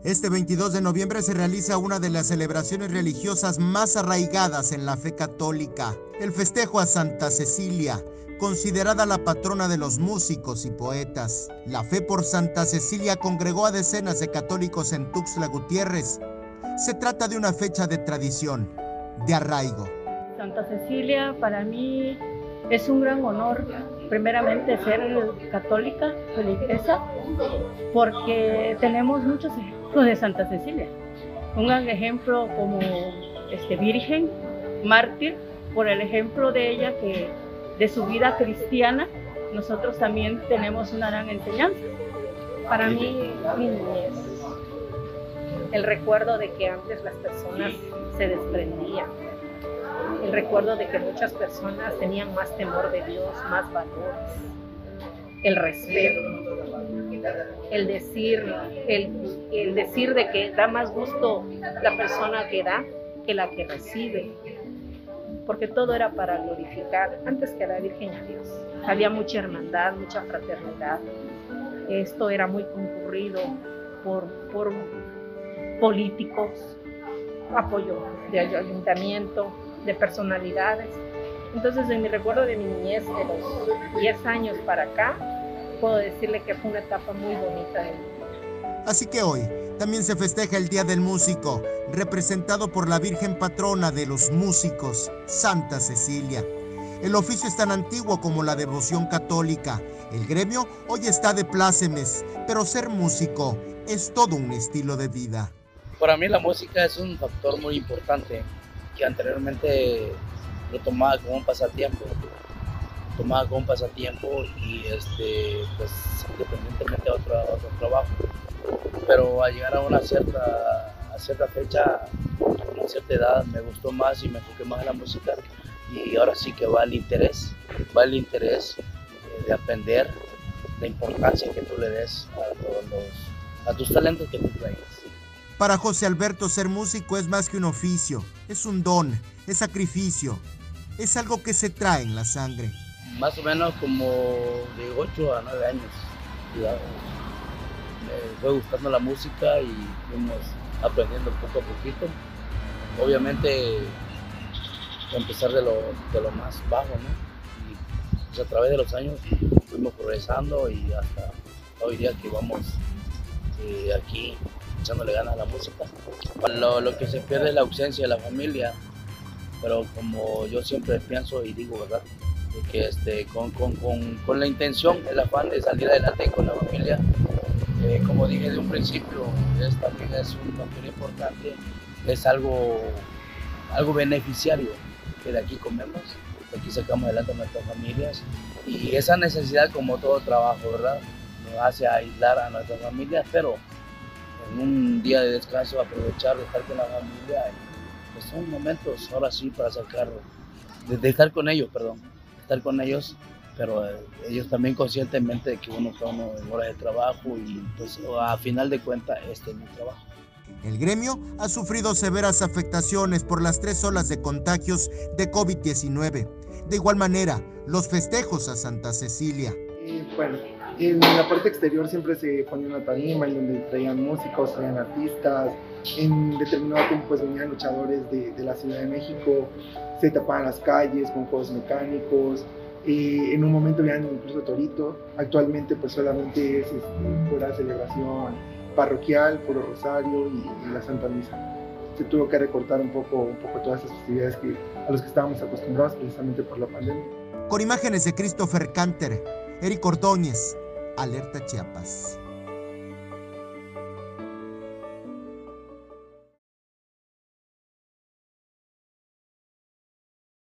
Este 22 de noviembre se realiza una de las celebraciones religiosas más arraigadas en la fe católica, el festejo a Santa Cecilia, considerada la patrona de los músicos y poetas. La fe por Santa Cecilia congregó a decenas de católicos en Tuxtla Gutiérrez. Se trata de una fecha de tradición, de arraigo. Santa Cecilia para mí es un gran honor, primeramente ser católica de la iglesia, porque tenemos muchos ejemplos de Santa Cecilia. Un gran ejemplo como virgen, mártir, por el ejemplo de ella que de su vida cristiana, nosotros también tenemos una gran enseñanza. Para mí, mi niñez, el recuerdo de que antes las personas se desprendían, el recuerdo de que muchas personas tenían más temor de Dios, más valores, el respeto, el decir de que da más gusto la persona que da que la que recibe, porque todo era para glorificar antes que a la Virgen a Dios. Había mucha hermandad, mucha fraternidad. Esto era muy concurrido por políticos, apoyo de ayuntamiento, de personalidades. Entonces, en mi recuerdo de mi niñez, de los 10 años para acá, puedo decirle que fue una etapa muy bonita de mi vida. Así que hoy también se festeja el Día del Músico, representado por la Virgen Patrona de los músicos, Santa Cecilia. El oficio es tan antiguo como la devoción católica. El gremio hoy está de plácemes, pero ser músico es todo un estilo de vida. Para mí la música es un factor muy importante, que anteriormente lo tomaba como un pasatiempo. Y pues independientemente de otro trabajo. Pero al llegar a una cierta fecha, a una cierta edad, me gustó más y me enfoqué más en la música. Y ahora sí que va el interés de aprender la importancia que tú le des a tus talentos que tú traigas. Para José Alberto, ser músico es más que un oficio, es un don, es sacrificio, es algo que se trae en la sangre. Más o menos como de 8 a 9 años, digamos. Me fue gustando la música y fuimos aprendiendo poco a poquito. Obviamente empezar de lo más bajo, ¿no? Y pues, a través de los años fuimos progresando y hasta hoy día que vamos aquí echándole ganas a la música. Lo que se pierde es la ausencia de la familia, pero como yo siempre pienso y digo, ¿verdad? Que con la intención, el afán de salir adelante con la familia, como dije de un principio, también es un factor importante, es algo beneficiario, que de aquí comemos, de aquí sacamos adelante a nuestras familias, y esa necesidad, como todo trabajo, ¿verdad?, nos hace aislar a nuestras familias, pero en un día de descanso aprovechar de estar con la familia, pues son momentos ahora sí para de estar con ellos, pero ellos también conscientemente de que uno está en horas de trabajo y pues a final de cuentas este es mi trabajo. El gremio ha sufrido severas afectaciones por las 3 olas de contagios de COVID-19. De igual manera, los festejos a Santa Cecilia. Bueno, en la parte exterior siempre se ponía una tarima en donde traían músicos, traían artistas. En determinado tiempo pues venían luchadores de la Ciudad de México, se tapaban las calles con juegos mecánicos. En un momento veían incluso torito. Actualmente pues solamente es pura celebración parroquial, puro rosario y la Santa Misa. Se tuvo que recortar un poco todas esas festividades a los que estábamos acostumbrados precisamente por la pandemia. Con imágenes de Christopher Canter, Eric Ordóñez, Alerta Chiapas.